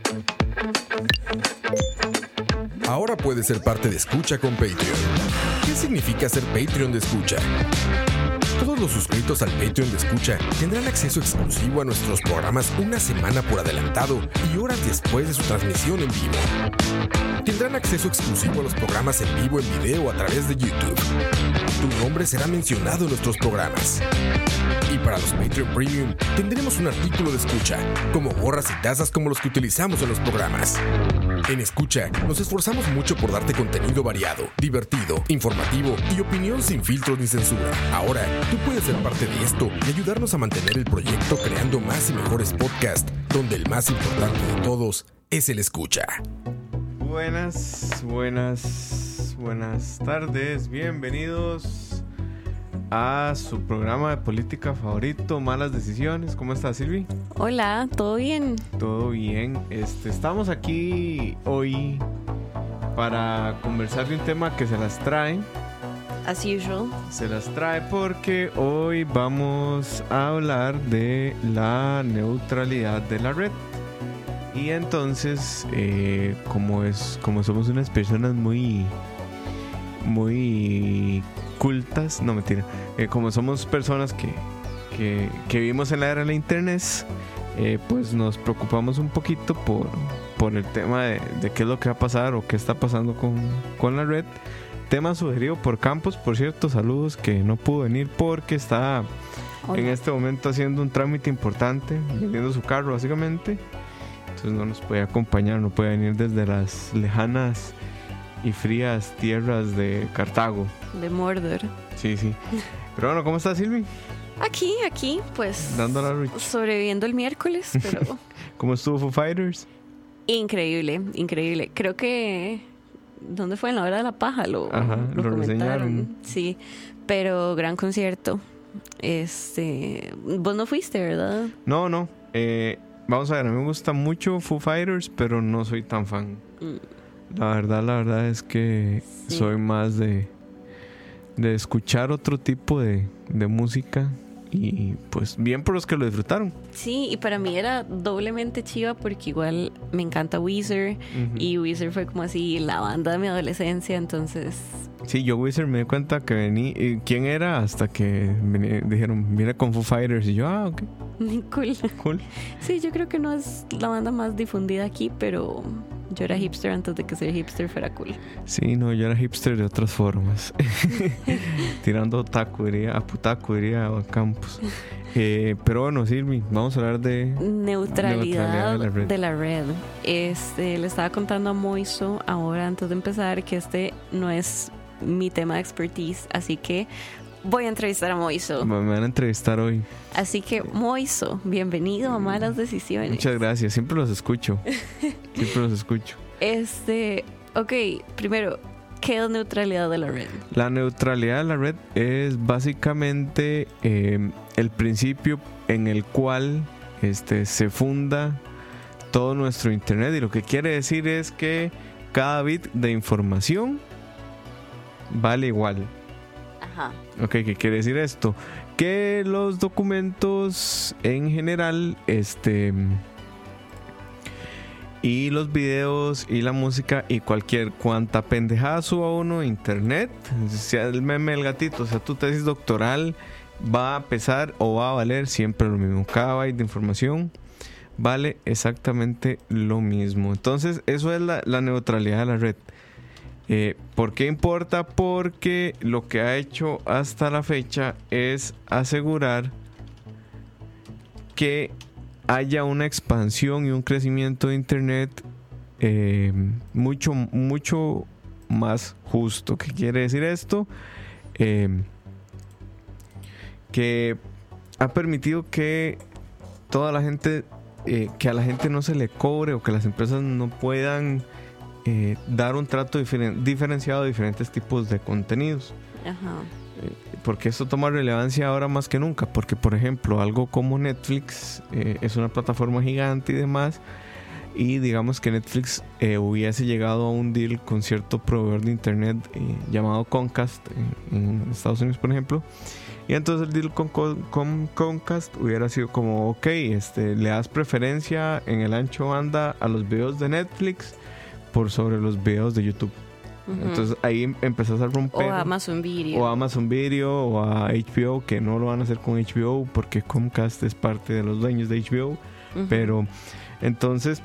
Ahora puedes ser parte de Escucha con Patreon. ¿Qué significa ser Patreon de Escucha? Todos los suscritos al Patreon de Escucha tendrán acceso exclusivo a nuestros programas una semana por adelantado y horas después de su transmisión en vivo. Tendrán acceso exclusivo a los programas en vivo en video a través de YouTube. Tu nombre será mencionado en nuestros programas. Y para los Patreon Premium tendremos un artículo de Escucha, como gorras y tazas como los que utilizamos en los programas. En Escucha nos esforzamos mucho por darte contenido variado, divertido, informativo y opinión sin filtros ni censura. Ahora, tú puedes ser parte de esto y ayudarnos a mantener el proyecto creando más y mejores podcasts, donde el más importante de todos es el Escucha. Buenas tardes, bienvenidos a su programa de política favorito, Malas Decisiones. ¿Cómo estás, Silvi? Hola, ¿todo bien? Todo bien. Estamos aquí hoy para conversar de un tema que se las trae. As usual. Se las trae porque hoy vamos a hablar de la neutralidad de la red. Y entonces, como somos unas personas muy cultas, no mentira, como somos personas que vivimos en la era de la internet, pues nos preocupamos un poquito por el tema de qué es lo que va a pasar o qué está pasando con la red. Tema sugerido por Campos, por cierto, saludos, que no pudo venir porque está en este momento haciendo un trámite importante, vendiendo su carro básicamente. Entonces no nos puede acompañar, no puede venir desde las lejanas y frías tierras de Cartago. De Mordor. Sí. Pero bueno, ¿cómo estás, Silvi? Aquí, pues dando la lucha. Sobreviviendo el miércoles, pero... ¿Cómo estuvo Foo Fighters? Increíble. Creo que... ¿Dónde fue? En la hora de la paja lo comentaron. Reseñaron. Sí, pero gran concierto. Vos no fuiste, ¿verdad? No. Vamos a ver, a mí me gusta mucho Foo Fighters, pero no soy tan fan. La verdad es que soy más de escuchar otro tipo de música. Y pues bien por los que lo disfrutaron. Sí, y para mí era doblemente chiva porque igual me encanta Weezer. Y Weezer fue como así la banda de mi adolescencia, entonces... Sí, yo Weezer me di cuenta que venía... ¿Quién era? Hasta que dijeron, viene con Foo Fighters. Y yo, ok. Cool. Sí, yo creo que no es la banda más difundida aquí, pero... Yo era hipster antes de que ser hipster fuera cool. Sí, no, yo era hipster de otras formas. Tirando otaku, diría Campos. Pero bueno, Silvi, vamos a hablar de neutralidad de la red. Le estaba contando a Moiso ahora antes de empezar que no es mi tema de expertise, así que voy a entrevistar a Moiso. Me van a entrevistar hoy. Así que, Moiso, bienvenido a Malas Decisiones. Muchas gracias, siempre los escucho. Ok, primero, ¿qué es neutralidad de la red? La neutralidad de la red es básicamente el principio en el cual se funda todo nuestro internet. Y lo que quiere decir es que cada bit de información vale igual. Ajá. Ok, ¿qué quiere decir esto? Que los documentos en general, y los videos y la música y cuanta pendejada suba uno a internet, sea el meme del gatito, o sea tu tesis doctoral, va a pesar o va a valer siempre lo mismo. Cada byte de información vale exactamente lo mismo. Entonces eso es la neutralidad de la red. ¿Por qué importa? Porque lo que ha hecho hasta la fecha es asegurar que haya una expansión y un crecimiento de internet mucho más justo. ¿Qué quiere decir esto? Que ha permitido que toda la gente, que a la gente no se le cobre o que las empresas no puedan dar un trato diferenciado de diferentes tipos de contenidos. Ajá. Porque esto toma relevancia ahora más que nunca, porque por ejemplo algo como Netflix es una plataforma gigante y demás, y digamos que Netflix hubiese llegado a un deal con cierto proveedor de internet llamado Comcast en Estados Unidos, por ejemplo. Y entonces el deal con Comcast hubiera sido como, ok, le das preferencia en el ancho banda a los videos de Netflix por sobre los videos de YouTube. Entonces ahí empezás a romper. O a Amazon Video. O a Amazon Video o a HBO, que no lo van a hacer con HBO porque Comcast es parte de los dueños de HBO. Pero entonces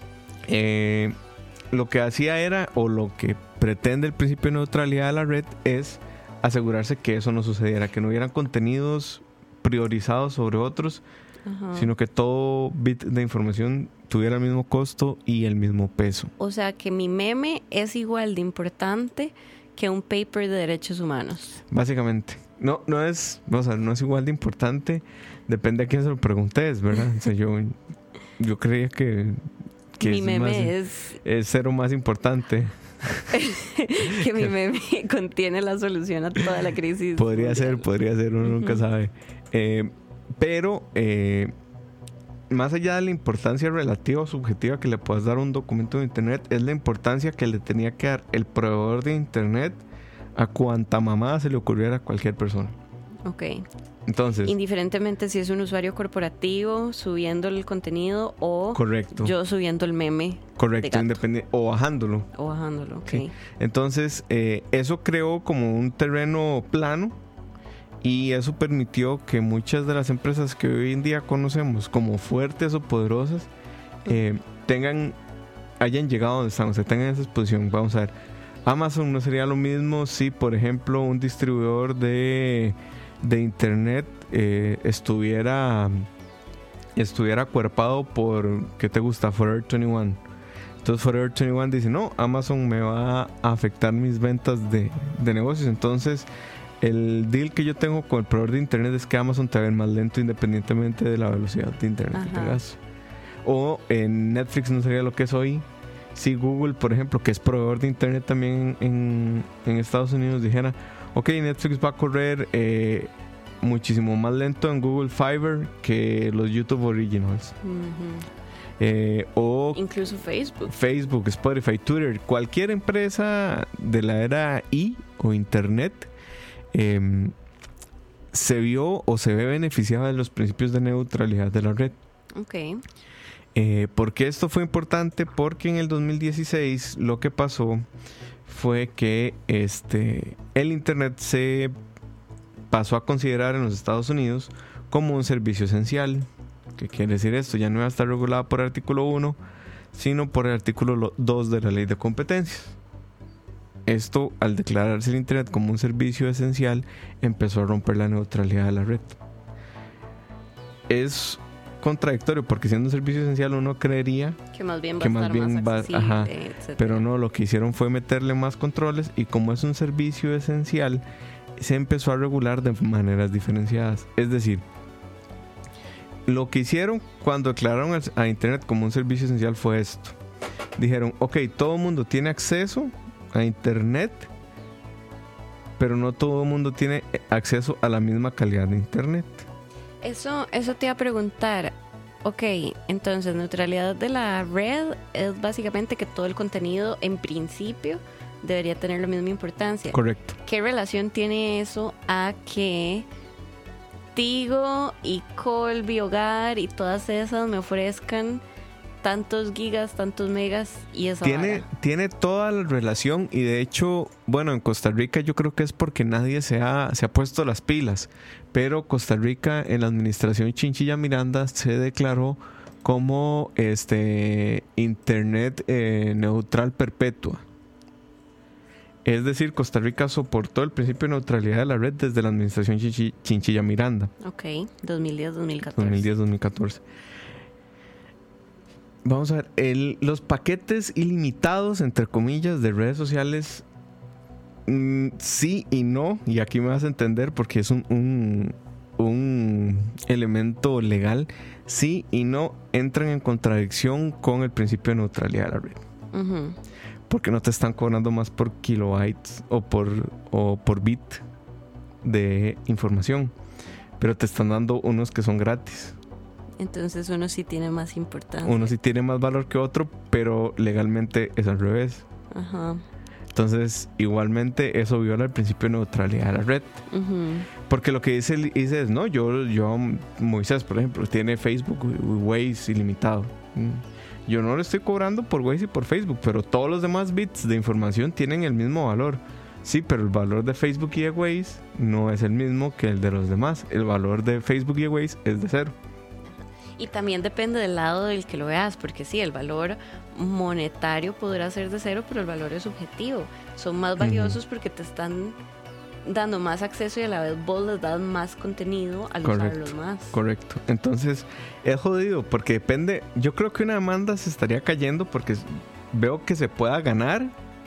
lo que hacía era, o lo que pretende el principio de neutralidad de la red, es asegurarse que eso no sucediera, que no hubieran contenidos priorizados sobre otros, sino que todo bit de información tuviera el mismo costo y el mismo peso. O sea, que mi meme es igual de importante que un paper de derechos humanos. Básicamente. No es igual de importante, depende a quién se lo preguntes, ¿verdad? O sea, yo creía que mi meme es cero más importante. Que mi meme contiene la solución a toda la crisis. Podría ser, uno nunca sabe. Pero más allá de la importancia relativa o subjetiva que le puedas dar a un documento de internet, es la importancia que le tenía que dar el proveedor de internet a cuanta mamada se le ocurriera a cualquier persona. Ok. Entonces, indiferentemente si es un usuario corporativo subiendo el contenido o correcto, yo subiendo el meme. Correcto, independiente, o bajándolo. Ok. Sí. Entonces, eso creó como un terreno plano. Y eso permitió que muchas de las empresas que hoy en día conocemos como fuertes o poderosas hayan llegado donde están, o sea, tengan esa exposición. Vamos a ver, Amazon no sería lo mismo si, por ejemplo, un distribuidor de internet estuviera acuerpado por, ¿qué te gusta? Forever 21. Entonces Forever 21 dice, no, Amazon me va a afectar mis ventas de negocios. Entonces el deal que yo tengo con el proveedor de internet es que Amazon te va a ver más lento independientemente de la velocidad de internet que tengas. O en Netflix no sería lo que es hoy si Google, por ejemplo, que es proveedor de internet también en Estados Unidos, dijera, ok, Netflix va a correr muchísimo más lento en Google Fiber que los YouTube Originals. O incluso Facebook, Spotify, Twitter, cualquier empresa de la era o internet se vio o se ve beneficiada de los principios de neutralidad de la red. ¿Por qué esto fue importante? Porque en el 2016 lo que pasó fue que el internet se pasó a considerar en los Estados Unidos como un servicio esencial. ¿Qué quiere decir esto? Ya no iba a estar regulado por el artículo 1, sino por el artículo 2 de la ley de competencias. Esto, al declararse el internet como un servicio esencial, empezó a romper la neutralidad de la red. Es contradictorio porque siendo un servicio esencial uno creería que más bien va a estar más accesible, pero no, lo que hicieron fue meterle más controles y como es un servicio esencial se empezó a regular de maneras diferenciadas. Es decir, lo que hicieron cuando declararon a internet como un servicio esencial fue esto. Dijeron, ok, todo el mundo tiene acceso a internet, pero no todo el mundo tiene acceso a la misma calidad de internet. Eso te iba a preguntar. Ok, entonces neutralidad de la red es básicamente que todo el contenido en principio debería tener la misma importancia. Correcto. ¿Qué relación tiene eso a que Tigo y Colby Hogar y todas esas me ofrezcan tantos gigas, tantos megas y esa tiene toda la relación? Y de hecho, bueno, en Costa Rica yo creo que es porque nadie se ha puesto las pilas, pero Costa Rica en la administración Chinchilla Miranda se declaró como internet neutral perpetua. Es decir, Costa Rica soportó el principio de neutralidad de la red desde la administración Chinchilla Miranda. Ok, 2010-2014. 2010-2014. Vamos a ver, los paquetes ilimitados, entre comillas, de redes sociales, sí y no, y aquí me vas a entender porque es un elemento legal, sí y no entran en contradicción con el principio de neutralidad de la red. Porque no te están cobrando más por kilobytes o por bit de información, pero te están dando unos que son gratis. Entonces uno sí tiene más importancia. Uno sí tiene más valor que otro, pero legalmente es al revés. Ajá. Entonces, igualmente, eso viola el principio de neutralidad de la red. Uh-huh. Porque lo que dice es, no, yo Moisés, por ejemplo, tiene Facebook y Waze ilimitado. Yo no le estoy cobrando por Waze y por Facebook, pero todos los demás bits de información tienen el mismo valor. Sí, pero el valor de Facebook y de Waze no es el mismo que el de los demás. El valor de Facebook y de Waze es de 0. Y también depende del lado del que lo veas, porque sí, el valor monetario podrá ser de 0, pero el valor es subjetivo. Son más valiosos porque te están dando más acceso y a la vez vos les das más contenido al usarlos más. Correcto. Entonces, es jodido porque depende. Yo creo que una demanda se estaría cayendo porque veo que se pueda ganar.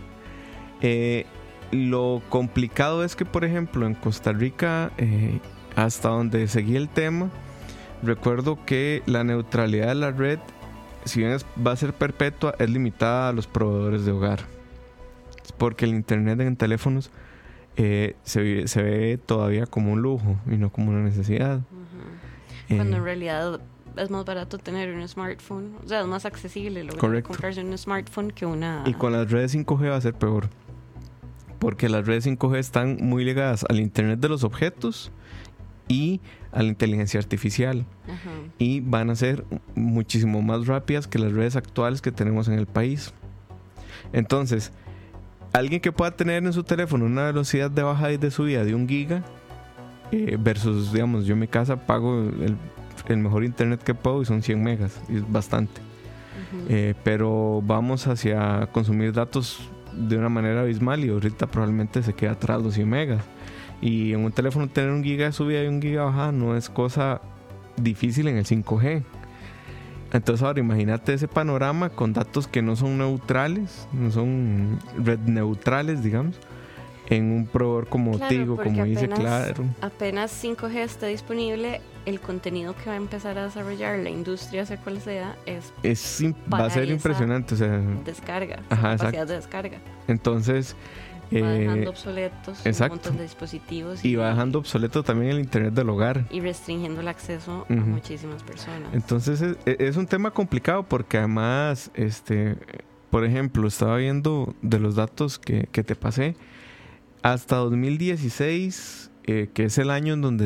Lo complicado es que, por ejemplo, en Costa Rica, hasta donde seguí el tema, recuerdo que la neutralidad de la red, si bien va a ser perpetua, es limitada a los proveedores de hogar. Porque el internet en teléfonos se ve todavía como un lujo y no como una necesidad. Uh-huh. Cuando en realidad es más barato tener un smartphone. O sea, es más accesible lograr comprarse un smartphone que una... Y con las redes 5G va a ser peor. Porque las redes 5G están muy ligadas al internet de los objetos y a la inteligencia artificial. Uh-huh. Y van a ser muchísimo más rápidas que las redes actuales que tenemos en el país. Entonces, alguien que pueda tener en su teléfono una velocidad de bajada y de subida de 1 giga versus, digamos, yo en mi casa pago el mejor internet que puedo y son 100 megas, y es bastante. Uh-huh. Pero vamos hacia consumir datos de una manera abismal y ahorita probablemente se queda atrás los 100 megas. Y en un teléfono tener 1 giga de subida y 1 giga de bajada no es cosa difícil en el 5G. Entonces ahora imagínate ese panorama con datos que no son neutrales, no son red neutrales, digamos, en un proveedor como Tigo, como dice Claro. Apenas 5G esté disponible, el contenido que va a empezar a desarrollar la industria, sea cual sea, va a ser impresionante. O sea, descarga, capacidad de descarga. Entonces... va dejando obsoletos un montón de dispositivos. Y va dejando obsoleto también el internet del hogar. Y restringiendo el acceso a muchísimas personas. Entonces es un tema complicado porque además, por ejemplo, estaba viendo de los datos que te pasé, hasta 2016, que es el año en donde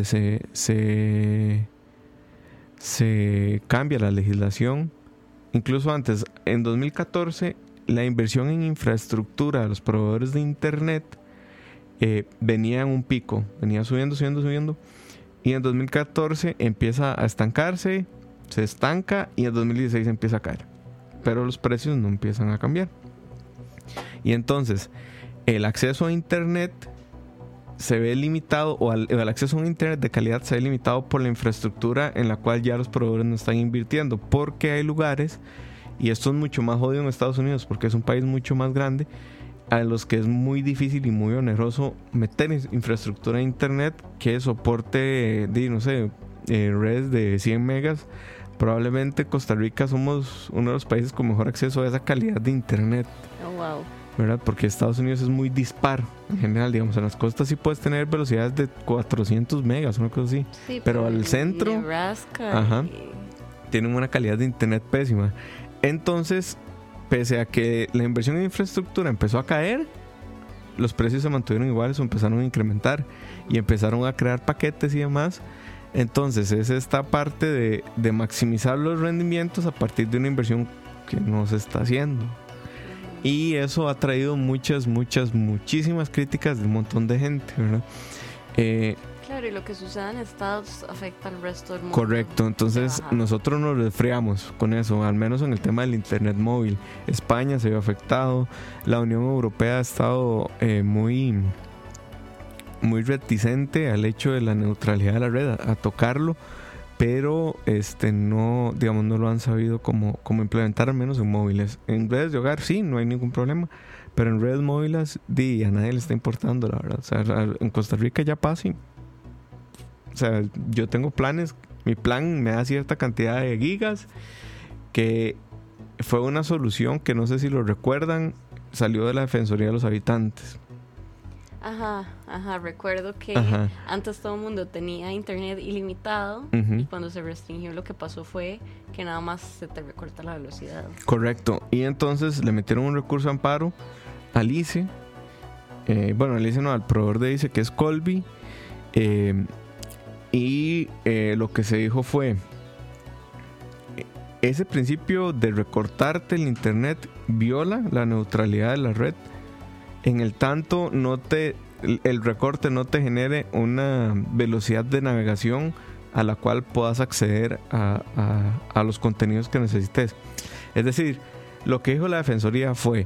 se cambia la legislación. Incluso antes, en 2014... la inversión en infraestructura de los proveedores de internet venía en un pico, venía subiendo, y en 2014 empieza a estancarse, se estanca y en 2016 empieza a caer, pero los precios no empiezan a cambiar. Y entonces el acceso a internet se ve limitado, o el acceso a un internet de calidad se ve limitado por la infraestructura en la cual ya los proveedores no están invirtiendo, porque hay lugares, y esto es mucho más jodido en Estados Unidos porque es un país mucho más grande, a los que es muy difícil y muy oneroso meter infraestructura de internet que soporte, redes de 100 megas. Probablemente Costa Rica somos uno de los países con mejor acceso a esa calidad de internet. Oh, wow. ¿Verdad? Porque Estados Unidos es muy dispar en general, digamos, en las costas sí puedes tener velocidades de 400 megas, una cosa así. Sí, pero al centro, Nebraska tienen una calidad de internet pésima. Entonces, pese a que la inversión en infraestructura empezó a caer, los precios se mantuvieron iguales o empezaron a incrementar y empezaron a crear paquetes y demás. Entonces es esta parte de maximizar los rendimientos a partir de una inversión que no se está haciendo. Y eso ha traído muchísimas críticas de un montón de gente, ¿verdad? Claro, y lo que sucede en Estados afecta al resto del mundo. Correcto, entonces nosotros nos resfriamos con eso, al menos en el tema del internet móvil. España se vio afectado, la Unión Europea ha estado muy reticente al hecho de la neutralidad de la red, a tocarlo, pero no lo han sabido cómo implementar, al menos en móviles. En redes de hogar sí, no hay ningún problema, pero en redes móviles a nadie le está importando, la verdad. O sea, en Costa Rica ya pasa. O sea, yo tengo planes, mi plan me da cierta cantidad de gigas, que fue una solución que no sé si lo recuerdan, salió de la Defensoría de los Habitantes. Recuerdo que antes todo el mundo tenía internet ilimitado y cuando se restringió lo que pasó fue que nada más se te recorta la velocidad. Correcto. Y entonces le metieron un recurso de amparo al ICE. Al ICE no, al proveedor de ICE, que es Colby. Lo que se dijo fue: ese principio de recortarte el internet viola la neutralidad de la red, en el tanto el recorte no te genere una velocidad de navegación a la cual puedas acceder a los contenidos que necesites. Es decir, lo que dijo la Defensoría fue: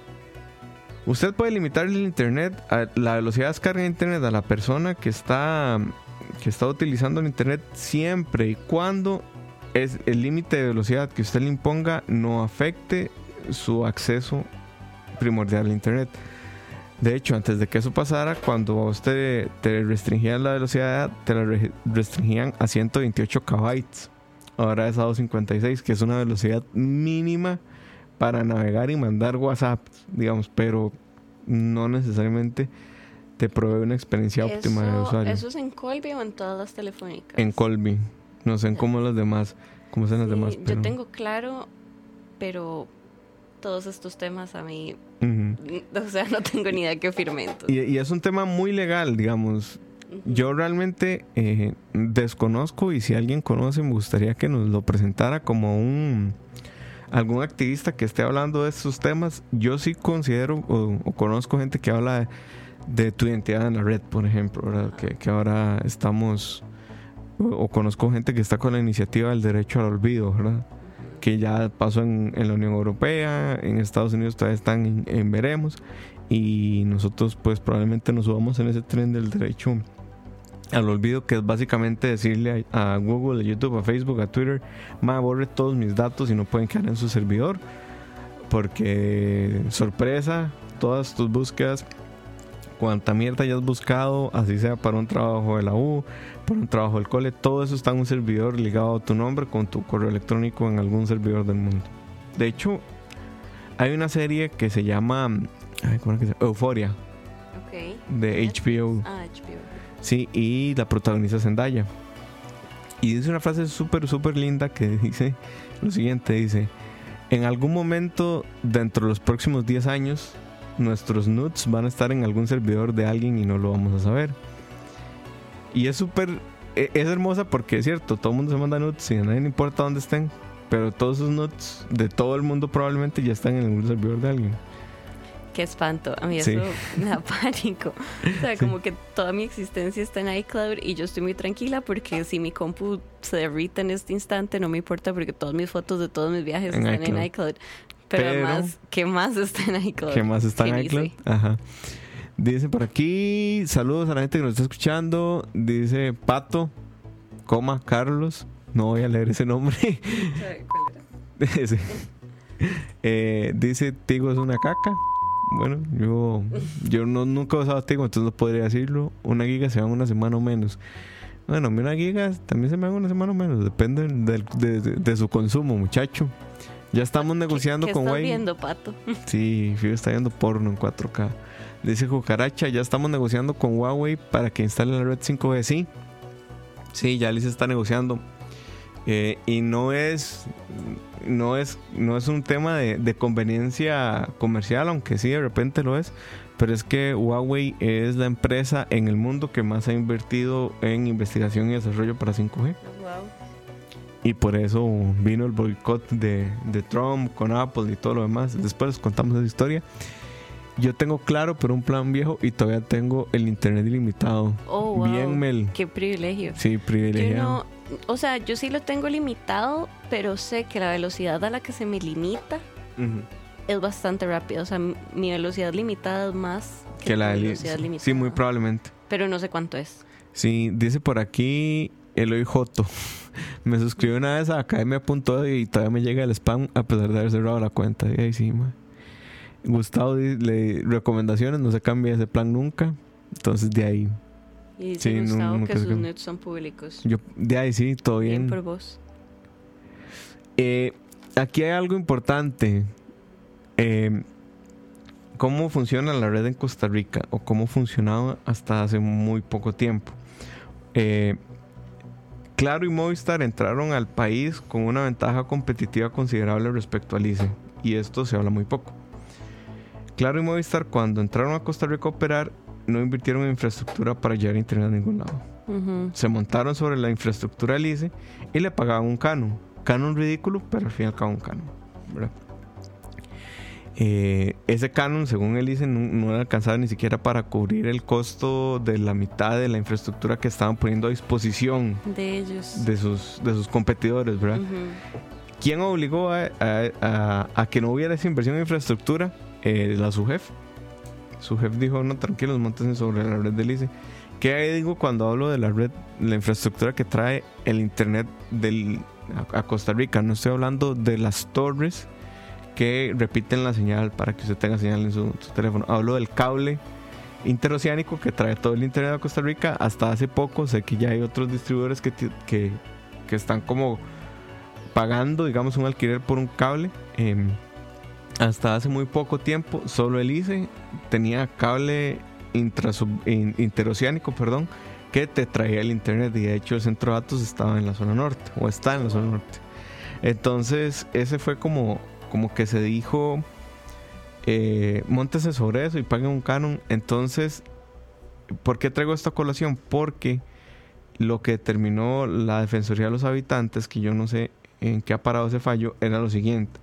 usted puede limitar el internet, la velocidad de descarga de internet a la persona que está utilizando el internet siempre y cuando es el límite de velocidad que usted le imponga no afecte su acceso primordial al internet. De hecho, antes de que eso pasara, cuando a usted te restringían la velocidad, te la restringían a 128 KB. Ahora es a 256, que es una velocidad mínima para navegar y mandar WhatsApp, digamos, pero no necesariamente te provee una experiencia óptima de usuario. ¿Eso es en Colby o en todas las telefónicas? En Colby. No sé en cómo las demás, cómo son las demás. Pero... Yo tengo claro, pero todos estos temas a mí, o sea, no tengo ni idea qué firme. Y es un tema muy legal, digamos. Yo realmente desconozco, y si alguien conoce me gustaría que nos lo presentara como algún activista que esté hablando de estos temas. Yo sí considero o conozco gente que habla de tu identidad en la red, por ejemplo, ¿verdad? Que ahora estamos, o conozco gente que está con la iniciativa del derecho al olvido, ¿verdad? Que ya pasó en la Unión Europea, en Estados Unidos todavía están en veremos, y nosotros pues probablemente nos subamos en ese tren del derecho al olvido, que es básicamente decirle a Google, a YouTube, a Facebook, a Twitter: borre todos mis datos y no pueden quedar en su servidor, porque sorpresa, todas tus búsquedas, cuanta mierda hayas buscado, así sea para un trabajo de la U, para un trabajo del cole, todo eso está en un servidor ligado a tu nombre con tu correo electrónico en algún servidor del mundo. De hecho, hay una serie que se llama Euphoria, de HBO. HBO. Sí, y la protagoniza Zendaya. Y dice una frase súper, súper linda que dice lo siguiente: dice, en algún momento dentro de los próximos 10 años, nuestros nudes van a estar en algún servidor de alguien y no lo vamos a saber. Y es hermosa porque es cierto, todo el mundo se manda nudes y a nadie le importa dónde estén, pero todos esos nudes de todo el mundo probablemente ya están en algún servidor de alguien. Qué espanto, a mí eso me da pánico. O sea, como que toda mi existencia está en iCloud y yo estoy muy tranquila porque si mi compu se derrita en este instante no me importa, porque todas mis fotos de todos mis viajes están en iCloud. Pero además, ¿qué más está en iCloud? ¿Qué más está en iCloud? Ajá. Dice por aquí, saludos a la gente que nos está escuchando. Dice Pato, Carlos. No voy a leer ese nombre. ¿Cuál era? Dice Tigo es una caca. Bueno, yo nunca he usado Tigo, entonces no podría decirlo. 1 giga se va en una semana o menos. Bueno, 1 giga también se me va en una semana o menos. Depende de su consumo, muchacho. Ya estamos negociando con Huawei. ¿Qué estás viendo, Pato? Sí, Figo está viendo porno en 4K. Dice Cucaracha, ya estamos negociando con Huawei para que instale la red 5G. Sí, ya les está negociando. Y no es un tema de conveniencia comercial, aunque sí de repente lo es. Pero es que Huawei es la empresa en el mundo que más ha invertido en investigación y desarrollo para 5G. Wow. Y por eso vino el boicot de Trump con Apple y todo lo demás. Después les contamos esa historia. Yo tengo claro, pero un plan viejo, y todavía tengo el internet ilimitado. Oh, wow. Bien, Mel. Qué privilegio. Sí, privilegiado. Yo sí lo tengo limitado, pero sé que la velocidad a la que se me limita es bastante rápida. O sea, mi velocidad limitada es más que la velocidad limitada. Sí, muy probablemente. Pero no sé cuánto es. Sí, dice por aquí Eloy Joto. Me suscribí una vez a academia.edu y todavía me llega el spam a pesar de haber cerrado la cuenta. Y ahí sí, man. Gustavo recomendaciones, no se cambia ese plan nunca. Entonces de ahí. Y dice Gustavo que sus nudes son públicos. De ahí sí, todo bien. Bien por vos. Aquí hay algo importante. cómo funciona la red en Costa Rica o cómo funcionaba hasta hace muy poco tiempo. Claro y Movistar entraron al país con una ventaja competitiva considerable respecto al ICE, y esto se habla muy poco. Claro y Movistar, cuando entraron a Costa Rica a operar, no invirtieron en infraestructura para llevar internet a ningún lado. Se montaron sobre la infraestructura del ICE y le pagaban un canon ridículo, pero al fin y al cabo un canon, ¿verdad? Ese canon, según el ICE, no alcanzaba ni siquiera para cubrir el costo de la mitad de la infraestructura que estaban poniendo a disposición de ellos, de sus competidores, ¿verdad? ¿Quién obligó a que no hubiera esa inversión en infraestructura? La SUGEF. SUGEF dijo: no, tranquilos, montense sobre la red del ICE. ¿Qué digo cuando hablo de la red, la infraestructura que trae el internet a Costa Rica? No estoy hablando de las torres que repiten la señal para que usted tenga señal en su teléfono. Hablo del cable interoceánico que trae todo el internet a Costa Rica. Hasta hace poco sé que ya hay otros distribuidores que están como pagando, digamos, un alquiler por un cable. Hasta hace muy poco tiempo solo el ICE tenía cable interoceánico, que te traía el internet, y de hecho el centro de datos estaba en la zona norte, o está en la zona norte. Entonces ese fue como que se dijo: móntese sobre eso y paguen un canon. Entonces, ¿por qué traigo esta colación? Porque lo que determinó la Defensoría de los Habitantes, que yo no sé en qué ha parado ese fallo, era lo siguiente: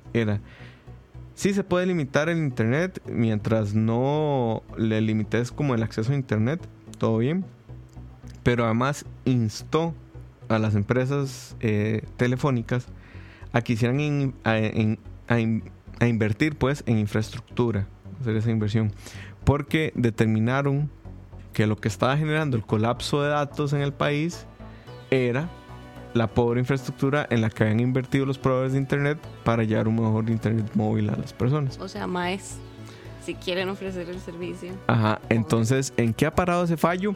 sí se puede limitar el internet mientras no le limites como el acceso a internet, todo bien, pero además instó a las empresas telefónicas a que hicieran a invertir pues en infraestructura, hacer esa inversión, porque determinaron que lo que estaba generando el colapso de datos en el país era la pobre infraestructura en la que habían invertido los proveedores de internet para llevar un mejor internet móvil a las personas. O sea, más si quieren ofrecer el servicio. Ajá, entonces, ¿en qué ha parado ese fallo?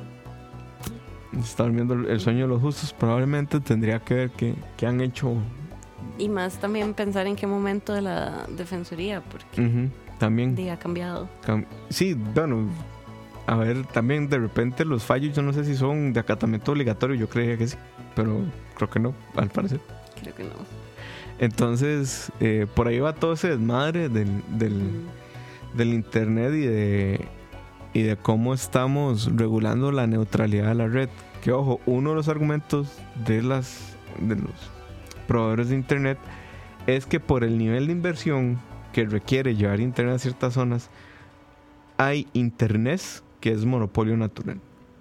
Está durmiendo el sueño de los justos. Probablemente tendría que ver qué han hecho. Y más también pensar en qué momento de la Defensoría, porque también ha cambiado. Sí, bueno, a ver, también de repente los fallos, yo no sé si son de acatamiento obligatorio, yo creía que sí, pero creo que no, al parecer. Creo que no. Entonces, por ahí va todo ese desmadre del internet y de cómo estamos regulando la neutralidad de la red. Que ojo, uno de los argumentos de los proveedores de internet es que por el nivel de inversión que requiere llevar internet a ciertas zonas, hay internet que es monopolio natural.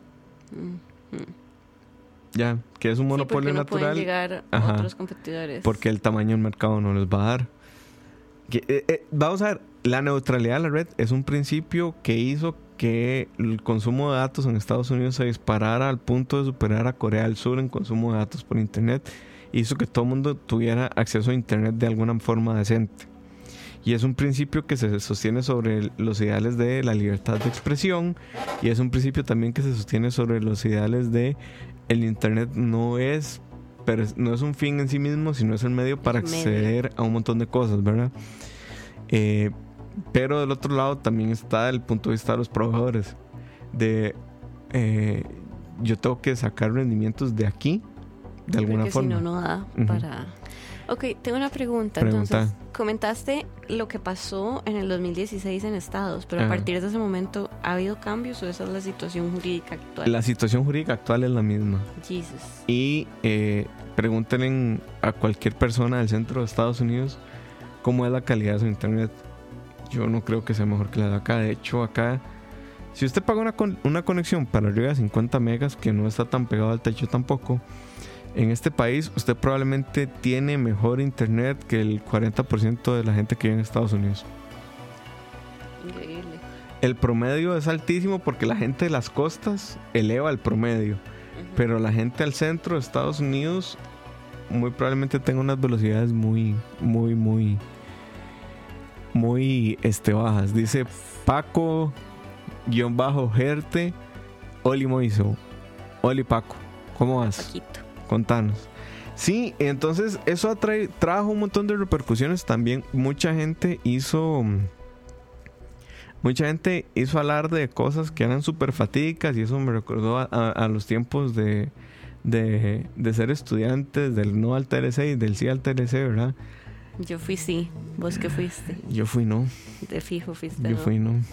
Ya, que es un monopolio natural. Pueden llegar a otros competidores. Porque el tamaño del mercado no les va a dar. Vamos a ver, la neutralidad de la red es un principio que hizo que el consumo de datos en Estados Unidos se disparara al punto de superar a Corea del Sur en consumo de datos por internet. Hizo que todo el mundo tuviera acceso a internet de alguna forma decente. Y es un principio que se sostiene sobre los ideales de la libertad de expresión, y es un principio también que se sostiene sobre los ideales de el internet no es un fin en sí mismo, sino es el medio para acceder a un montón de cosas, ¿verdad? Pero del otro lado también está el punto de vista de los proveedores yo tengo que sacar rendimientos de aquí de alguna forma. Si no da para... Ok, tengo una pregunta. Entonces, comentaste lo que pasó en el 2016 en Estados, pero a partir de ese momento, ¿ha habido cambios o esa es la situación jurídica actual? La situación jurídica actual es la misma. Jesus. Y pregúntenle a cualquier persona del centro de Estados Unidos cómo es la calidad de su internet. Yo no creo que sea mejor que la de acá. De hecho, acá, si usted paga una conexión para arriba de 50 megas, que no está tan pegado al techo tampoco, en este país usted probablemente tiene mejor internet que el 40% de la gente que vive en Estados Unidos. Increíble. El promedio es altísimo porque la gente de las costas eleva el promedio, pero la gente al centro de Estados Unidos muy probablemente tenga unas velocidades muy bajas. Dice Paco-Gerte Oli Moiso. Oli Paco, ¿cómo vas? Paquito. Contanos. Sí, entonces eso trajo un montón de repercusiones. También mucha gente mucha gente hizo alarde de cosas que eran súper fatídicas y eso me recordó a los tiempos de ser estudiantes, del no al TLC y del sí al TLC, ¿verdad? Yo fui sí. ¿Vos qué fuiste? Yo fui no. De fijo fuiste. Yo fui no.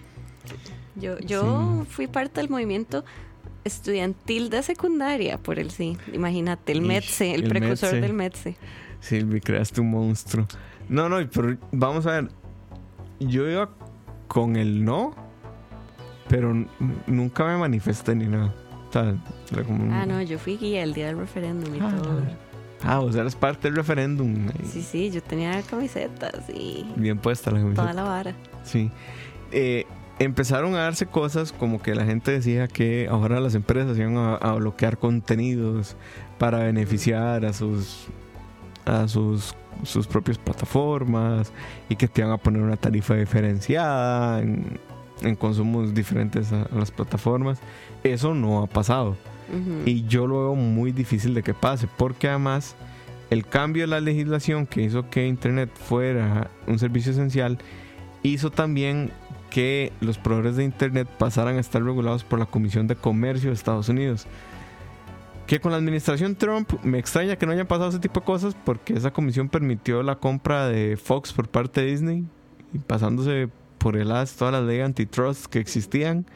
Yo fui parte del movimiento estudiantil de secundaria por el sí. Imagínate, el METSE, el precursor del METSE. Silvi, creaste un monstruo. No, pero vamos a ver. Yo iba con el no, pero nunca me manifesté ni nada. O sea, era como no, yo fui guía el día del referéndum y todo. Vos eras parte del referéndum. Sí, yo tenía camisetas y... Bien puesta la camiseta. Toda la vara. Sí. Empezaron a darse cosas como que la gente decía que ahora las empresas iban a bloquear contenidos para beneficiar a sus propias plataformas y que te iban a poner una tarifa diferenciada en consumos diferentes a las plataformas. Eso no ha pasado. Y yo lo veo muy difícil de que pase, porque además el cambio de la legislación que hizo que Internet fuera un servicio esencial hizo también que los proveedores de Internet pasaran a estar regulados por la Comisión de Comercio de Estados Unidos, que con la administración Trump me extraña que no hayan pasado ese tipo de cosas, porque esa comisión permitió la compra de Fox por parte de Disney y pasándose por el as todas las leyes antitrust que existían,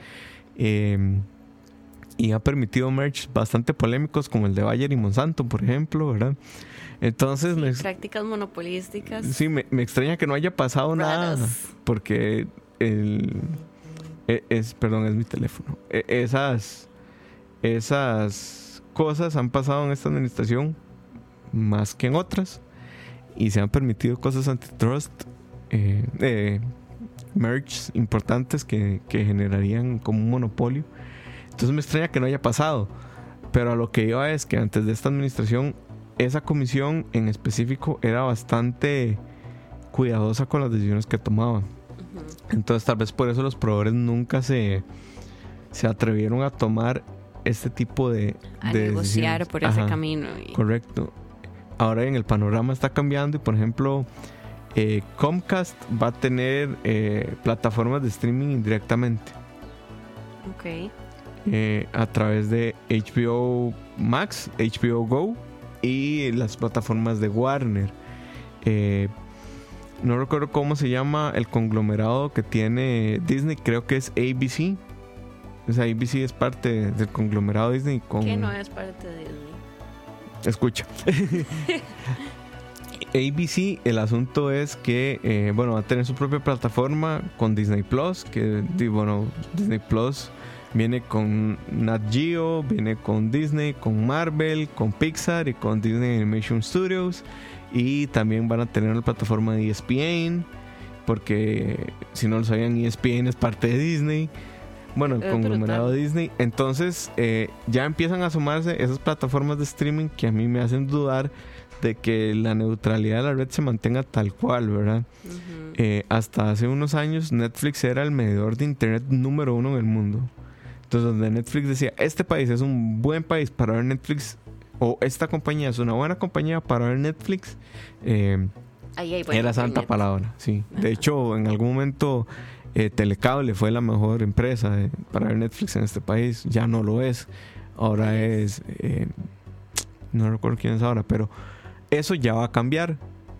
y ha permitido merch bastante polémicos como el de Bayer y Monsanto, por ejemplo, ¿verdad? Entonces prácticas monopolísticas. Sí, me extraña que no haya pasado nada, porque perdón, es mi teléfono. Esas cosas han pasado en esta administración más que en otras y se han permitido cosas antitrust, merch importantes que generarían como un monopolio. Entonces me extraña que no haya pasado, pero a lo que iba es que antes de esta administración esa comisión en específico era bastante cuidadosa con las decisiones que tomaban. Entonces tal vez por eso los proveedores nunca se atrevieron a tomar este tipo de negociar decisiones. Por ese camino. Correcto. Ahora en el panorama está cambiando y por ejemplo Comcast va a tener plataformas de streaming indirectamente. Ok. A través de HBO Max, HBO Go y las plataformas de Warner. No recuerdo cómo se llama el conglomerado que tiene Disney, creo que es ABC. O sea, ABC es parte del conglomerado Disney. ¿Qué no es parte de Disney? Escucha. ABC, el asunto es que va a tener su propia plataforma con Disney Plus, que Disney Plus viene con Nat Geo, viene con Disney, con Marvel, con Pixar y con Disney Animation Studios, y también van a tener una plataforma de ESPN, porque si no lo sabían, ESPN es parte de Disney. Bueno, el conglomerado Disney. Entonces ya empiezan a sumarse esas plataformas de streaming que a mí me hacen dudar de que la neutralidad de la red se mantenga tal cual, ¿verdad? Hasta hace unos años Netflix era el medidor de internet número 1 en el mundo. Entonces donde Netflix decía, este país es un buen país para ver Netflix, o esta compañía es una buena compañía para ver Netflix, era santa palabra, sí. De hecho, en algún momento Telecable fue la mejor empresa para ver Netflix en este país. Ya no lo es. Ahora es no recuerdo quién es ahora, pero eso ya va a cambiar,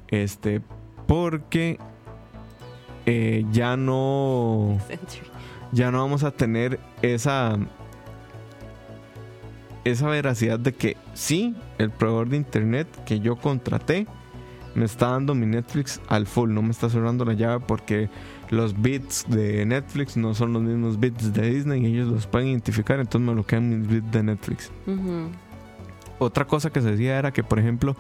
porque ya no vamos a tener esa veracidad de que sí, el proveedor de internet que yo contraté me está dando mi Netflix al full, no me está cerrando la llave, porque los bits de Netflix no son los mismos bits de Disney y ellos los pueden identificar, entonces me bloquean mis bits de Netflix. Otra cosa que se decía era que, por ejemplo,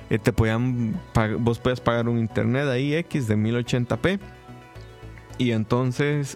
vos podías pagar un internet ahí X de 1080p y entonces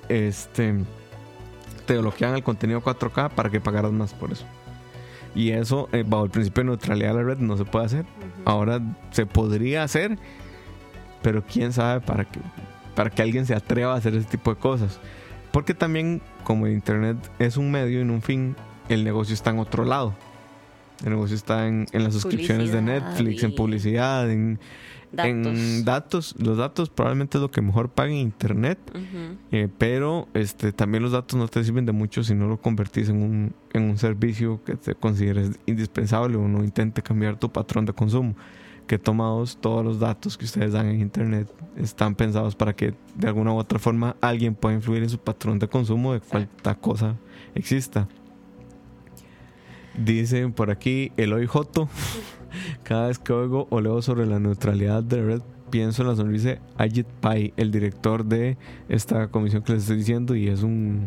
te bloquean el contenido 4K para que pagaras más por eso. Y eso, bajo el principio de neutralidad de la red, no se puede hacer. Ahora se podría hacer, pero quién sabe para que alguien se atreva a hacer ese tipo de cosas. Porque también, como el internet es un medio y no un fin, el negocio está en otro lado. El negocio está en las suscripciones de Netflix, en publicidad, en datos. Los datos probablemente es lo que mejor paga en internet, pero también los datos no te sirven de mucho si no lo convertís en un servicio que te consideres indispensable o no intente cambiar tu patrón de consumo. Que tomados todos los datos que ustedes dan en internet están pensados para que de alguna u otra forma alguien pueda influir en su patrón de consumo de cualquier cosa exista. Dicen por aquí Eloy Joto: cada vez que oigo o leo sobre la neutralidad de la red, pienso en la sonrisa de Ajit Pai, el director de esta comisión que les estoy diciendo, y es un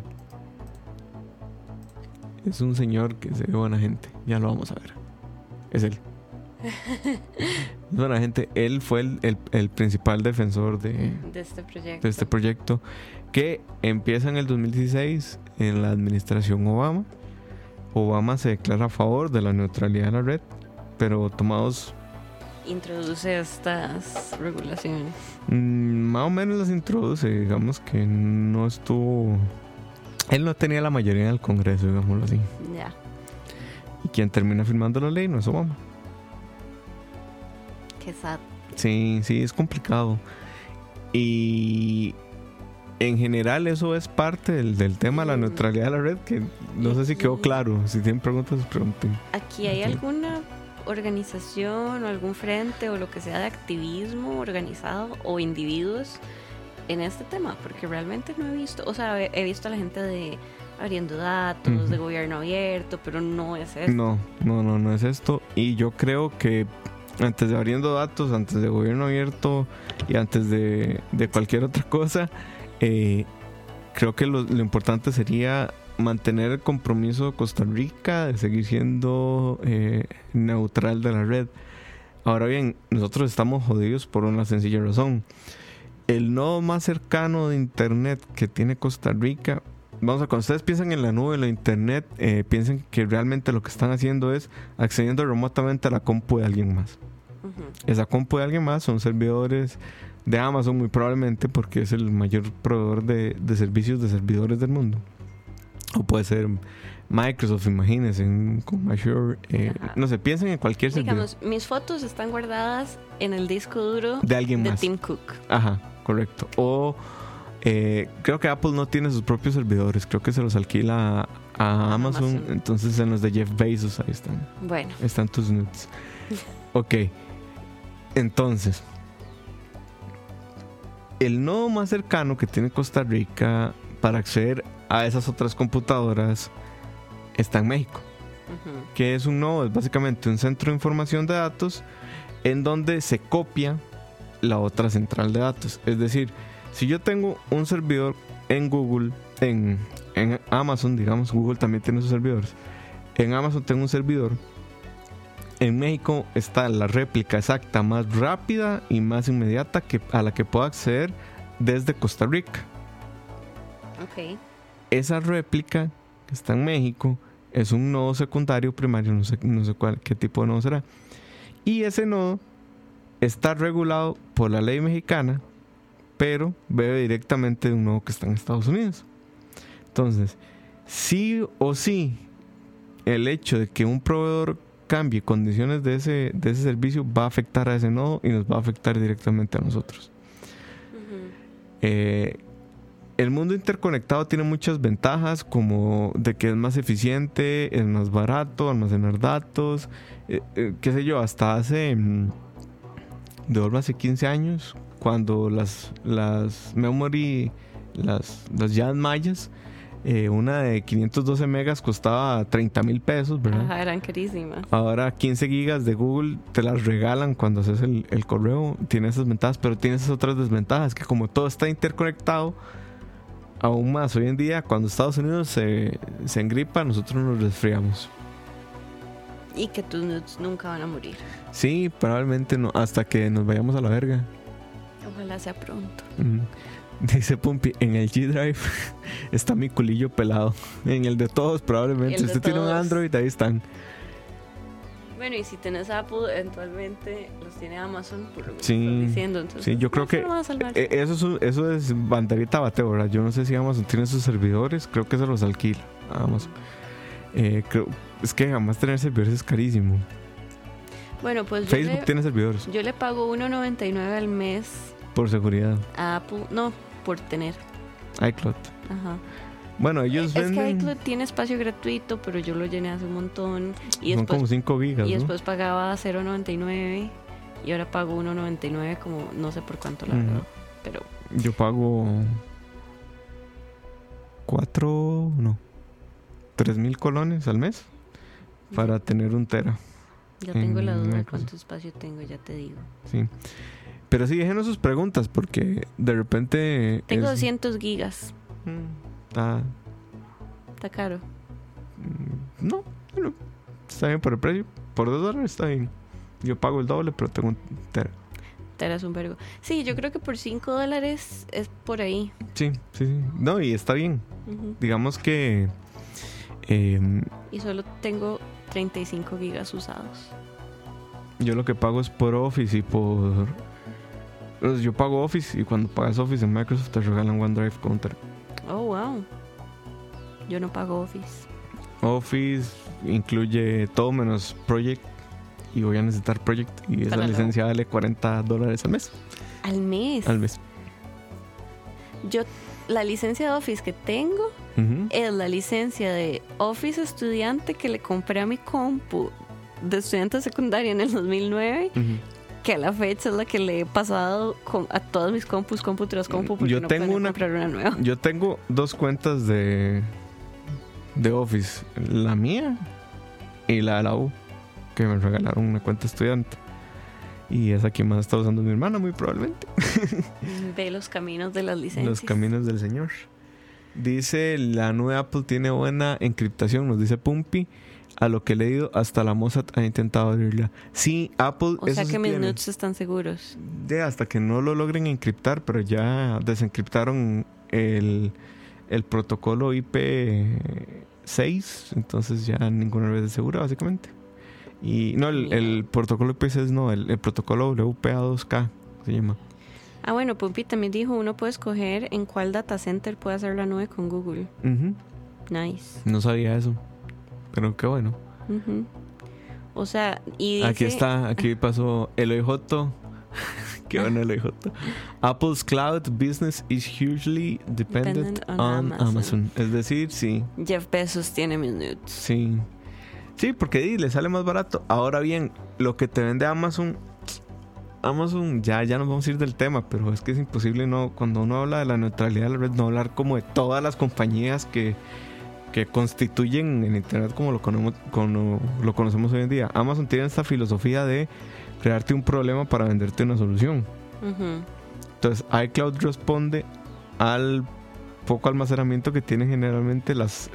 señor que se ve buena gente. Ya lo vamos a ver. Es él. Es buena gente. Él fue el principal defensor de este proyecto que empieza en el 2016 en la administración Obama. Obama se declara a favor de la neutralidad de la red, pero tomados... Introduce estas regulaciones. Más o menos las introduce, digamos que no estuvo... Él no tenía la mayoría en el Congreso, digámoslo así. Ya. Y quien termina firmando la ley no es Obama. Qué sad. Sí, es complicado. Y... en general eso es parte del tema de la neutralidad de la red, que no sé si quedó claro. Si tienen preguntas, pregunten. ¿Aquí hay alguna organización o algún frente o lo que sea de activismo organizado o individuos en este tema? Porque realmente no he visto, o sea, he visto a la gente de abriendo datos, de gobierno abierto, pero no es esto. No es esto. Y yo creo que antes de abriendo datos, antes de gobierno abierto y antes de cualquier otra cosa, creo que lo importante sería mantener el compromiso de Costa Rica de seguir siendo neutral de la red. Ahora bien, nosotros estamos jodidos por una sencilla razón. El nodo más cercano de internet que tiene Costa Rica, cuando ustedes piensan en la nube, en la internet, piensen que realmente lo que están haciendo es accediendo remotamente a la compu de alguien más. Esa compu de alguien más son servidores de Amazon, muy probablemente, porque es el mayor proveedor de servicios de servidores del mundo. O puede ser Microsoft, imagínense, con Azure. No sé, piensen en cualquier servidor. Digamos, mis fotos están guardadas en el disco duro de alguien más. Tim Cook. Ajá, correcto. O creo que Apple no tiene sus propios servidores. Creo que se los alquila a Amazon. Entonces en los de Jeff Bezos ahí están. Bueno. Están tus nudes. Ok. Entonces, el nodo más cercano que tiene Costa Rica para acceder a esas otras computadoras está en México. Que es un nodo, es básicamente un centro de información de datos en donde se copia la otra central de datos. Es decir, si yo tengo un servidor en Google, en Amazon, digamos, Google también tiene sus servidores. En Amazon tengo un servidor. En México está la réplica exacta más rápida y más inmediata a la que puedo acceder desde Costa Rica. Ok. Esa réplica que está en México es un nodo secundario, primario, no sé qué tipo de nodo será. Y ese nodo está regulado por la ley mexicana, pero bebe directamente de un nodo que está en Estados Unidos. Entonces, sí o sí, el hecho de que un proveedor cambie condiciones de ese servicio va a afectar a ese nodo y nos va a afectar directamente a nosotros. El mundo interconectado tiene muchas ventajas, como de que es más eficiente, es más barato almacenar datos, qué sé yo, hasta hace 15 años, cuando las memory, las llaves mayas, una de 512 megas costaba 30,000 pesos, ¿verdad? Ajá, eran carísimas. Ahora 15 gigas de Google te las regalan cuando haces el correo. Tiene esas ventajas, pero tiene esas otras desventajas, que como todo está interconectado, aún más hoy en día, cuando Estados Unidos se engripa, nosotros nos resfriamos. Y que tus nudes nunca van a morir. Sí, probablemente no, hasta que nos vayamos a la verga. Ojalá sea pronto. Dice Pumpi, en el G-Drive está mi culillo pelado. En el de todos probablemente. Si usted tiene un Android, ahí están. Bueno, y si tenés Apple, eventualmente los tiene Amazon, por lo que sí, estás diciendo. Entonces, sí, yo creo que eso es banderita bateo, ¿verdad? Yo no sé si Amazon tiene sus servidores, creo que se los alquila a Amazon. Es que jamás tener servidores es carísimo. Bueno, pues Facebook tiene servidores. Yo le pago $1.99 al mes. Por seguridad. A Apple, no, por tener. iCloud. Ajá. Bueno, ellos venden... Es que iCloud tiene espacio gratuito, pero yo lo llené hace un montón. Y son después, como 5 gigas, y ¿no? después pagaba $0.99 y ahora pago $1.99 como no sé por cuánto, la verdad. Pero... Yo pago 3,000 colones al mes para tener 1 tera. Ya tengo la duda de cuánto espacio tengo, ya te digo. Sí. Pero sí, déjenos sus preguntas porque de repente... Tengo 200 gigas. Está caro. No, bueno, está bien por el precio. Por $2 está bien. Yo pago el doble, pero tengo 1 tera. Tera es un vergo. Sí, yo creo que por $5 es por ahí. Sí. No, y está bien. Digamos que... y solo tengo 35 gigas usados. Yo lo que pago es por Office y por... Pues yo pago Office y cuando pagas Office en Microsoft te regalan OneDrive con 1 tera. Oh, wow. Yo no pago Office. Office incluye todo menos Project y voy a necesitar Project y esa licencia vale $40 al mes. ¿Al mes? Al mes. Yo, la licencia de Office que tengo es la licencia de Office estudiante que le compré a mi compu de estudiante secundaria en el 2009, que a la fecha es la que le he pasado a todas mis compus, compu tras compu, porque no puedo comprar una nueva. Yo tengo 2 cuentas de Office, la mía y la de la U, que me regalaron una cuenta estudiante. Y esa que más está usando mi hermana, muy probablemente. Ve los caminos de las licencias. Los caminos del señor. Dice, la nueva Apple tiene buena encriptación, nos dice Pumpy. A lo que he leído, hasta la Mossad ha intentado abrirla. Sí, Apple... O sea que mis nudes están seguros. Hasta que no lo logren encriptar, pero ya desencriptaron el protocolo IP6, entonces ya ninguna vez es segura, básicamente. Y no, el protocolo IP6 no, el protocolo WPA2K se llama. Ah, bueno, Pumpy también dijo, uno puede escoger en cuál data center puede hacer la nube con Google. Nice. No sabía eso. Pero qué bueno. O sea, y dice... Aquí está, aquí pasó Eloy Joto. Qué bueno Eloy Joto. Apple's cloud business is hugely dependent on Amazon. Es decir, sí. Jeff Bezos tiene mis nudes. Sí. Sí, porque le sale más barato. Ahora bien, lo que te vende Amazon, ya nos vamos a ir del tema, pero es que es imposible no, cuando uno habla de la neutralidad de la red, no hablar como de todas las compañías que constituyen el internet como lo conocemos hoy en día. Amazon tiene esta filosofía de crearte un problema para venderte una solución. Entonces iCloud responde al poco almacenamiento que tienen generalmente las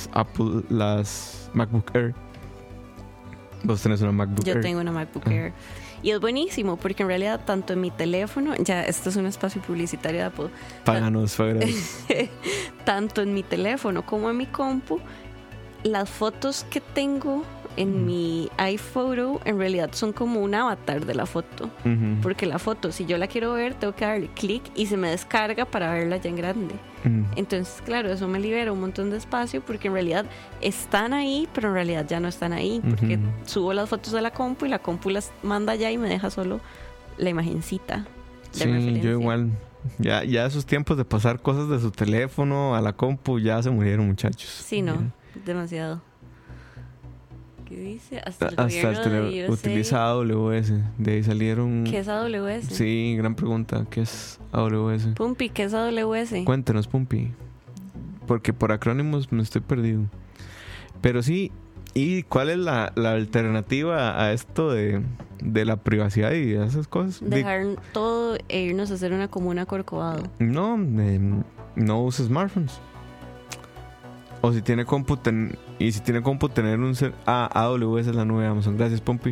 MacBook Air. Vos tenés una MacBook Air. Yo tengo una MacBook Air. Y es buenísimo porque en realidad tanto en mi teléfono, ya esto es un espacio publicitario de Apple. Páganos. Tanto en mi teléfono como en mi compu, las fotos que tengo en mi iPhoto en realidad son como un avatar de la foto. Porque la foto, si yo la quiero ver, tengo que darle clic y se me descarga para verla ya en grande. Entonces, claro, eso me libera un montón de espacio porque en realidad están ahí, pero en realidad ya no están ahí. Porque subo las fotos de la compu y la compu las manda allá y me deja solo la imagencita de referencia. Yo igual. Ya esos tiempos de pasar cosas de su teléfono a la compu ya se murieron, muchachos. Sí, no, demasiado. ¿Qué dice? Hasta el utiliza AWS. De ahí salieron... ¿Qué es AWS? Sí, gran pregunta. ¿Qué es AWS? Pumpy, ¿qué es AWS? Cuéntenos, Pumpy. Porque por acrónimos me estoy perdido. Pero sí, ¿y cuál es la alternativa a esto de la privacidad y esas cosas? Dejar todo e irnos a hacer una comuna Corcovado. No, no uses smartphones. O si tiene compu, tener un... AWS es la nube de Amazon. Gracias, Pumpy.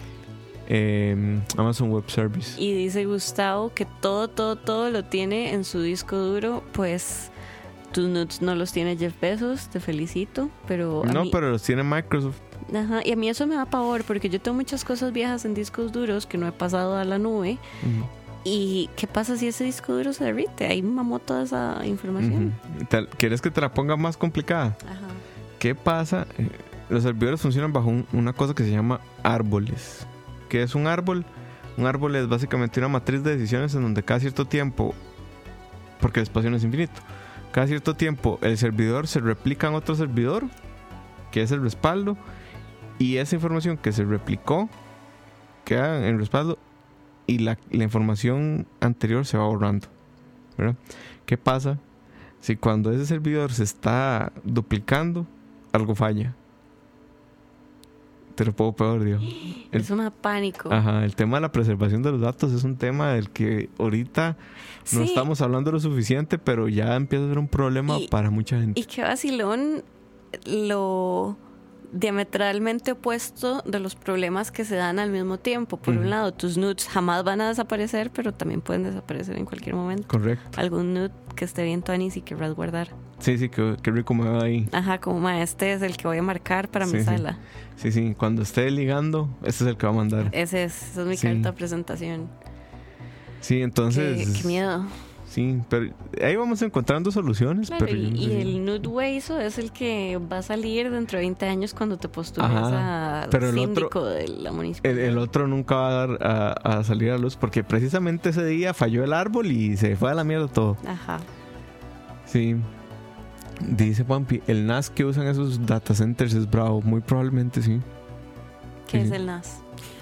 Amazon Web Service. Y dice Gustavo que todo lo tiene en su disco duro. Pues tus nudes no los tiene Jeff Bezos, te felicito. Pero pero los tiene Microsoft. Ajá, y a mí eso me da pavor porque yo tengo muchas cosas viejas en discos duros que no he pasado a la nube. ¿Y qué pasa si ese disco duro se derrite? Ahí mamó toda esa información. ¿Quieres que te la ponga más complicada? Ajá. ¿Qué pasa? los servidores funcionan bajo una cosa que se llama árboles. ¿Qué es un árbol? Un árbol es básicamente una matriz de decisiones en donde cada cierto tiempo, porque el espacio no es infinito, cada cierto tiempo el servidor se replica en otro servidor, que es el respaldo, y esa información que se replicó queda en respaldo y la información anterior se va borrando, ¿verdad? ¿Qué pasa si cuando ese servidor se está duplicando, algo falla? Te lo puedo peor, Dios. Es un pánico. Ajá, el tema de la preservación de los datos es un tema del que ahorita no estamos hablando lo suficiente, pero ya empieza a ser un problema para mucha gente. Y qué vacilón lo diametralmente opuesto de los problemas que se dan al mismo tiempo. Por un lado, tus nudes jamás van a desaparecer, pero también pueden desaparecer en cualquier momento. Correcto. Algún nude que esté bien tuanis y querrás guardar. Sí, qué rico me va ahí. Ajá, como este es el que voy a marcar para mi sala. Sí, cuando esté ligando, este es el que va a mandar. Esa es mi carta de presentación. Sí, entonces... Qué miedo. Sí, pero ahí vamos encontrando soluciones. Claro, pero y el nude Weiso es el que va a salir dentro de 20 años cuando te postules a síndico de la municipalidad. El otro nunca va a dar a salir a luz porque precisamente ese día falló el árbol y se fue a la mierda todo. Ajá. Sí. Dice Pampi, el NAS que usan esos data centers es bravo. Muy probablemente sí. ¿Qué es el NAS?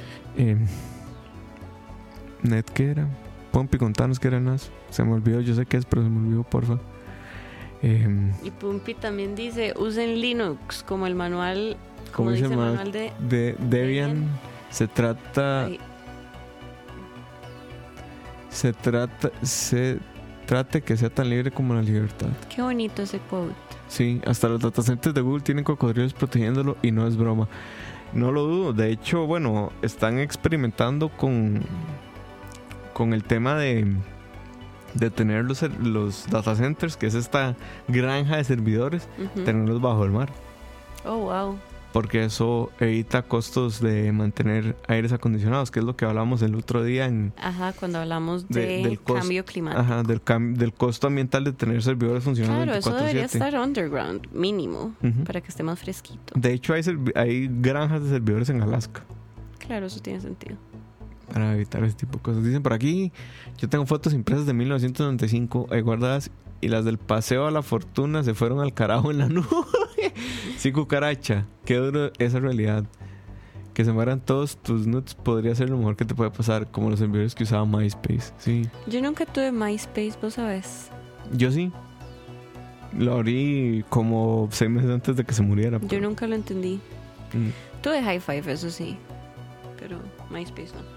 ¿Net qué era? Pampi, contanos qué era el NAS. Se me olvidó, yo sé qué es, pero se me olvidó, porfa. Y Pumpi también dice, usen Linux como el manual, como dice el manual de Debian. Se trate que sea tan libre como la libertad. Qué bonito ese quote. Sí, hasta los datacenters de Google tienen cocodrilos protegiéndolo y no es broma. No lo dudo. De hecho, bueno, están experimentando con el tema de tener los datacenters, que es esta granja de servidores, tenerlos bajo el mar. Oh, wow. Porque eso evita costos de mantener aires acondicionados, que es lo que hablamos el otro día cuando hablamos del cambio climático. Ajá, del costo ambiental de tener servidores funcionando 24/7. Claro, eso debería estar underground, mínimo, para que esté más fresquito. De hecho, hay granjas de servidores en Alaska. Claro, eso tiene sentido. Para evitar ese tipo de cosas. Dicen por aquí, yo tengo fotos impresas de 1995 ahí guardadas y las del paseo a la fortuna se fueron al carajo en la nube. Sí, cucaracha. Qué duro esa realidad. Que se mueran todos tus nudes podría ser lo mejor que te puede pasar, como los servidores que usaba MySpace. Sí. Yo nunca tuve MySpace, ¿vos sabes? Yo sí. Lo abrí como 6 meses antes de que se muriera. Yo nunca lo entendí. Tuve High Five, eso sí, pero MySpace no.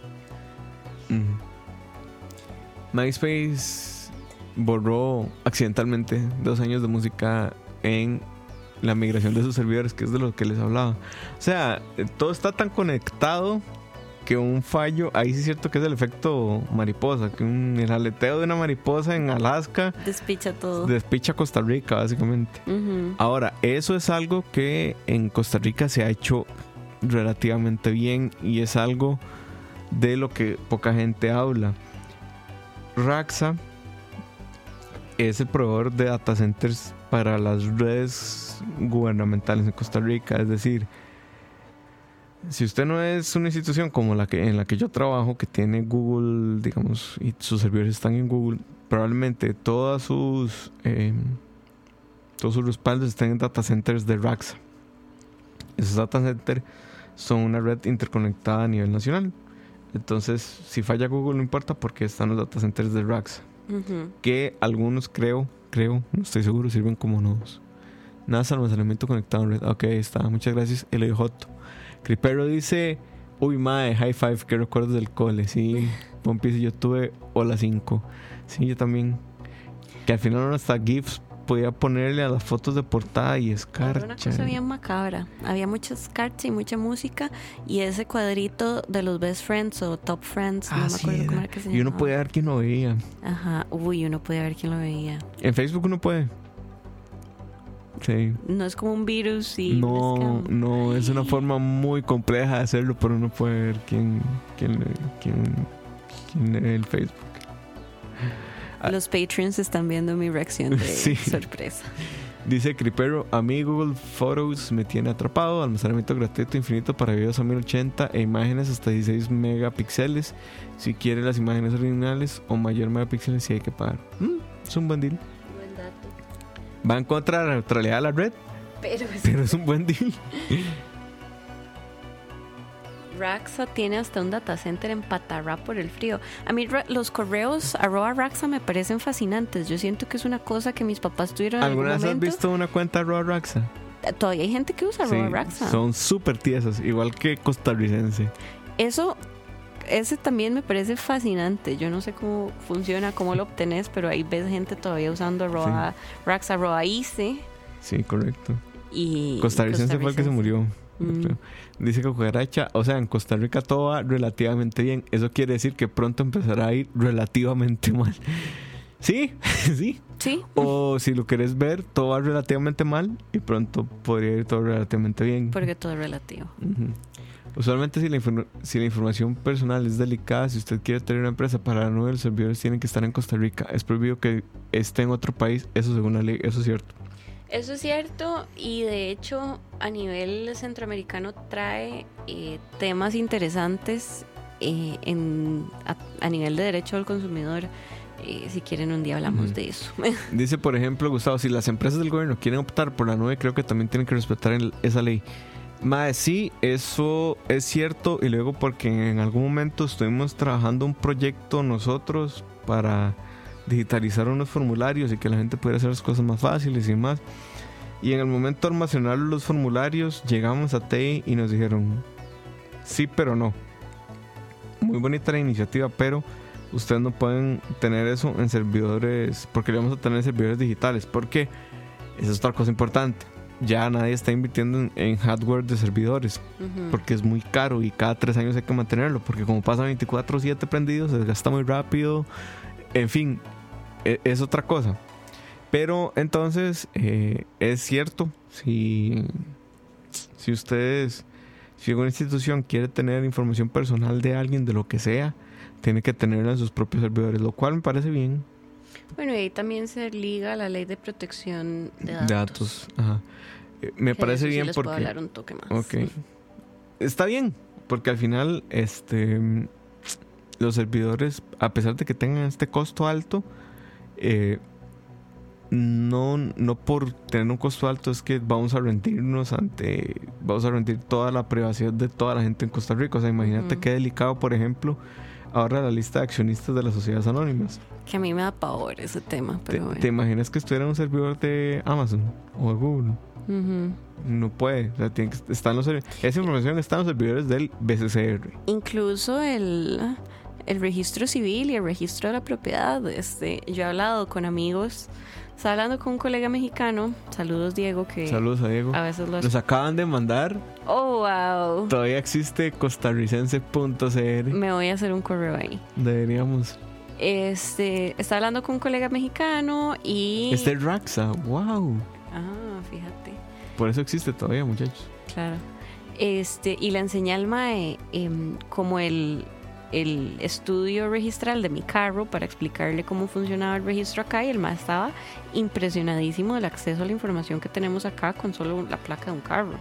MySpace borró accidentalmente 2 años de música en la migración de sus servidores, que es de lo que les hablaba. O sea, todo está tan conectado que un fallo, ahí sí es cierto que es el efecto mariposa, que el aleteo de una mariposa en Alaska despicha todo. Despicha Costa Rica, básicamente. Ahora, eso es algo que en Costa Rica se ha hecho relativamente bien y es algo de lo que poca gente habla. Raxa es el proveedor de data centers para las redes gubernamentales en Costa Rica. Es decir, si usted no es una institución como en la que yo trabajo, que tiene Google, digamos, y sus servidores están en Google, probablemente todos sus respaldos estén en data centers de Raxa. Esos data centers son una red interconectada a nivel nacional. Entonces, si falla Google, no importa porque están los data centers de Raxa. Que algunos creo, no estoy seguro, sirven como nodos. NASA, almacenamiento conectado en red. Ok, está. Muchas gracias, LJ. Cripero dice, uy, mae, high five, que recuerdos del cole. Sí, Pompis y yo tuve Hola 5. Sí, yo también. Que al final uno hasta GIFs podía ponerle a las fotos de portada y escarcha. Era una cosa bien macabra. Había muchas cartas y mucha música y ese cuadrito de los best friends o top friends, no me acuerdo cómo era que se llamaba. Y uno podía ver quién lo veía. Ajá, uno podía ver quién lo veía. En Facebook uno puede. Sí. No es como un virus y no, es una forma muy compleja de hacerlo, pero uno puede ver quién lee el Facebook. Los Patreons están viendo mi reacción de sorpresa. Dice Cripero, a mí Google Photos me tiene atrapado. Almacenamiento gratuito infinito para videos a 1080 e imágenes hasta 16 megapíxeles. Si quiere las imágenes originales o mayor megapíxeles, sí hay que pagar. Es un buen deal. Buen dato. Va en contra de la neutralidad de la red, pero es un buen deal. Raxa tiene hasta un data center en Patarrá por el frío. A mí los correos @Raxa me parecen fascinantes. Yo siento que es una cosa que mis papás tuvieron en algún momento. ¿Alguna vez has visto una cuenta @Raxa? Todavía hay gente que usa @Raxa. Son súper tiesos, igual que costarricense. Ese también me parece fascinante. Yo no sé cómo funciona, cómo lo obtenés, pero ahí ves gente todavía usando Raxa, Roaice. Sí, correcto. Y costarricense fue el que se murió. Dice que Cucaracha, o sea, en Costa Rica todo va relativamente bien. Eso quiere decir que pronto empezará a ir relativamente mal. Sí. O si lo querés ver, todo va relativamente mal y pronto podría ir todo relativamente bien. Porque todo es relativo. Usualmente si la información personal es delicada, si usted quiere tener una empresa para la nube, los servidores tienen que estar en Costa Rica. Es prohibido que esté en otro país, eso según la ley, eso es cierto. Eso es cierto, y de hecho a nivel centroamericano trae temas interesantes a nivel de derecho al consumidor. Si quieren un día hablamos de eso. Dice por ejemplo Gustavo, si las empresas del gobierno quieren optar por la nube, creo que también tienen que respetar esa ley. Sí, eso es cierto, y luego porque en algún momento estuvimos trabajando un proyecto nosotros para digitalizar unos formularios y que la gente pudiera hacer las cosas más fáciles y más. Y en el momento de almacenar los formularios, llegamos a TI y nos dijeron sí, pero no. Muy bonita la iniciativa, pero ustedes no pueden tener eso en servidores, porque le vamos a tener servidores digitales. Porque esa es otra cosa importante. Ya nadie está invirtiendo en hardware de servidores, porque es muy caro y cada 3 años hay que mantenerlo, porque como pasa 24/7 prendido, se desgasta muy rápido. En fin, es otra cosa. Pero entonces es cierto, si una institución quiere tener información personal de alguien, de lo que sea, tiene que tenerla en sus propios servidores, lo cual me parece bien. Bueno, y ahí también se liga a la ley de protección de datos. Ajá. Me parece bien, sí les porque puedo hablar un toque más. Okay. Está bien, porque al final los servidores, a pesar de que tengan este costo alto, no por tener un costo alto es que vamos a rendir toda la privacidad de toda la gente en Costa Rica. O sea, imagínate qué delicado, por ejemplo, ahora la lista de accionistas de las sociedades anónimas. Que a mí me da pavor ese tema. Pero ¿Te imaginas que estuviera en un servidor de Amazon o de Google? No puede, o sea, esa información está en los servidores del BCCR. Incluso el registro civil y el registro de la propiedad. Yo he hablado con amigos. Estaba hablando con un colega mexicano. Saludos, Diego. Saludos a Diego. A veces nos acaban de mandar. Oh, wow. Todavía existe costarricense.cr. Me voy a hacer un correo ahí. Deberíamos. Estaba hablando con un colega mexicano y... Es de Raxa, wow. Ah, fíjate. Por eso existe todavía, muchachos. Claro. Y le enseñé al mae como el estudio registral de mi carro para explicarle cómo funcionaba el registro acá, y el mae estaba impresionadísimo del acceso a la información que tenemos acá con solo la placa de un carro.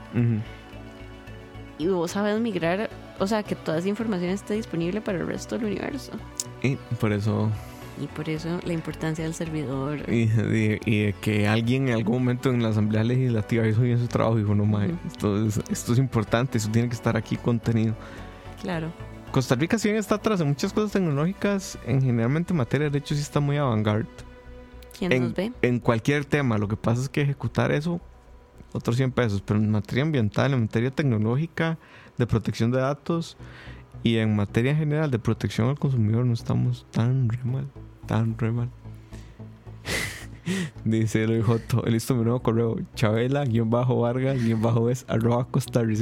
Y vos sabes migrar, o sea, que toda esa información esté disponible para el resto del universo. Y por eso la importancia del servidor. Y de que alguien en algún momento en la Asamblea Legislativa hizo bien su trabajo y dijo, no, mae, esto es importante, eso tiene que estar aquí contenido. Claro. Costa Rica sí está atrás en muchas cosas tecnológicas, generalmente en materia de derecho sí está muy avant-garde. ¿Quién nos ve? En cualquier tema, lo que pasa es que ejecutar eso, otros 100 pesos, pero en materia ambiental, en materia tecnológica, de protección de datos y en materia general de protección al consumidor no estamos tan re mal. Dice el Joto, listo mi nuevo correo,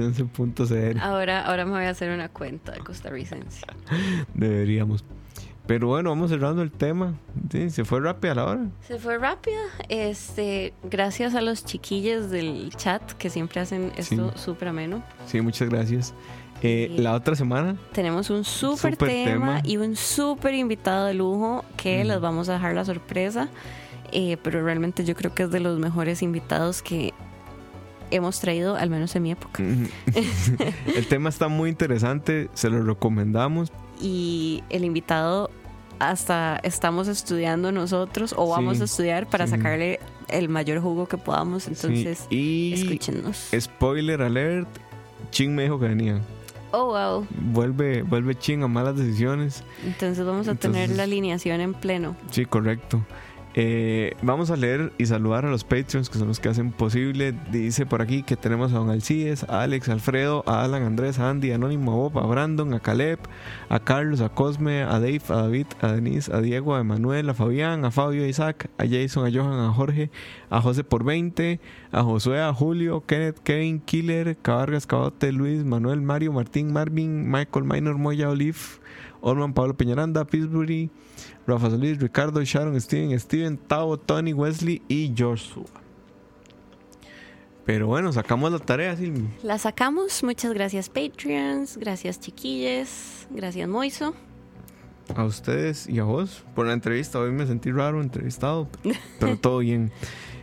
chavela-vargas-es@costarricense.cr. Ahora me voy a hacer una cuenta de costarricense. Deberíamos. Pero bueno, vamos cerrando el tema. Sí, se fue rápida la hora. Se fue rápida. Gracias a los chiquillos del chat que siempre hacen esto súper ameno. Sí, muchas gracias. La otra semana tenemos un súper tema y un súper invitado de lujo que les vamos a dejar la sorpresa. Pero realmente yo creo que es de los mejores invitados que hemos traído, al menos en mi época. El tema está muy interesante, se lo recomendamos. Y el invitado hasta estamos estudiando nosotros o vamos a estudiar para sacarle el mayor jugo que podamos. Entonces, escúchenos. Spoiler alert, Chin me dijo que venía. Oh, wow. Vuelve Chin a malas decisiones. Entonces vamos a tener la alineación en pleno. Sí, correcto. Vamos a leer y saludar a los Patreons, que son los que hacen posible. Dice por aquí que tenemos a Don Alcides, a Alex, a Alfredo, a Alan, a Andrés, a Andy, a Anónimo, a Bob, a Brandon, a Caleb, a Carlos, a Cosme, a Dave, a David, a Denise, a Diego, a Emanuel, a Fabián, a Fabio, a Isaac, a Jason, a Johan, a Jorge, a José por 20, a Josué, a Julio, Kenneth, Kevin, Killer, Cabargas, Cabote, Luis, Manuel, Mario, Martín, Marvin, Michael, Minor, Moya, Olive, Orman, Pablo Peñaranda, Pittsburgh, Rafa Solís, Ricardo, Sharon, Steven, Tavo, Tony, Wesley y Joshua. Pero bueno, sacamos la tarea, Silvi. La sacamos. Muchas gracias, Patreons. Gracias, chiquilles. Gracias, Moiso. A ustedes y a vos por la entrevista. Hoy me sentí raro entrevistado, pero todo bien.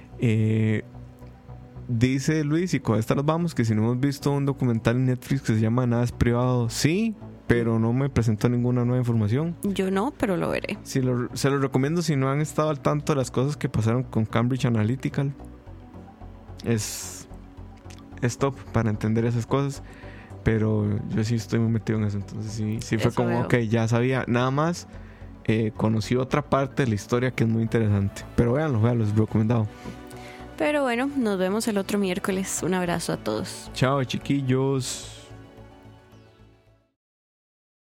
Dice Luis, y con esta nos vamos, que si no hemos visto un documental en Netflix que se llama Nada es Privado, sí, pero no me presentó ninguna nueva información. Yo no, pero lo veré. Se lo recomiendo si no han estado al tanto de las cosas que pasaron con Cambridge Analytica. Es top para entender esas cosas, pero yo sí estoy muy metido en eso. Entonces sí fue como, ok, ya sabía nada más. Conocí otra parte de la historia que es muy interesante. Pero véanlo, es recomendado. Pero bueno, nos vemos el otro miércoles. Un abrazo a todos. Chao, chiquillos.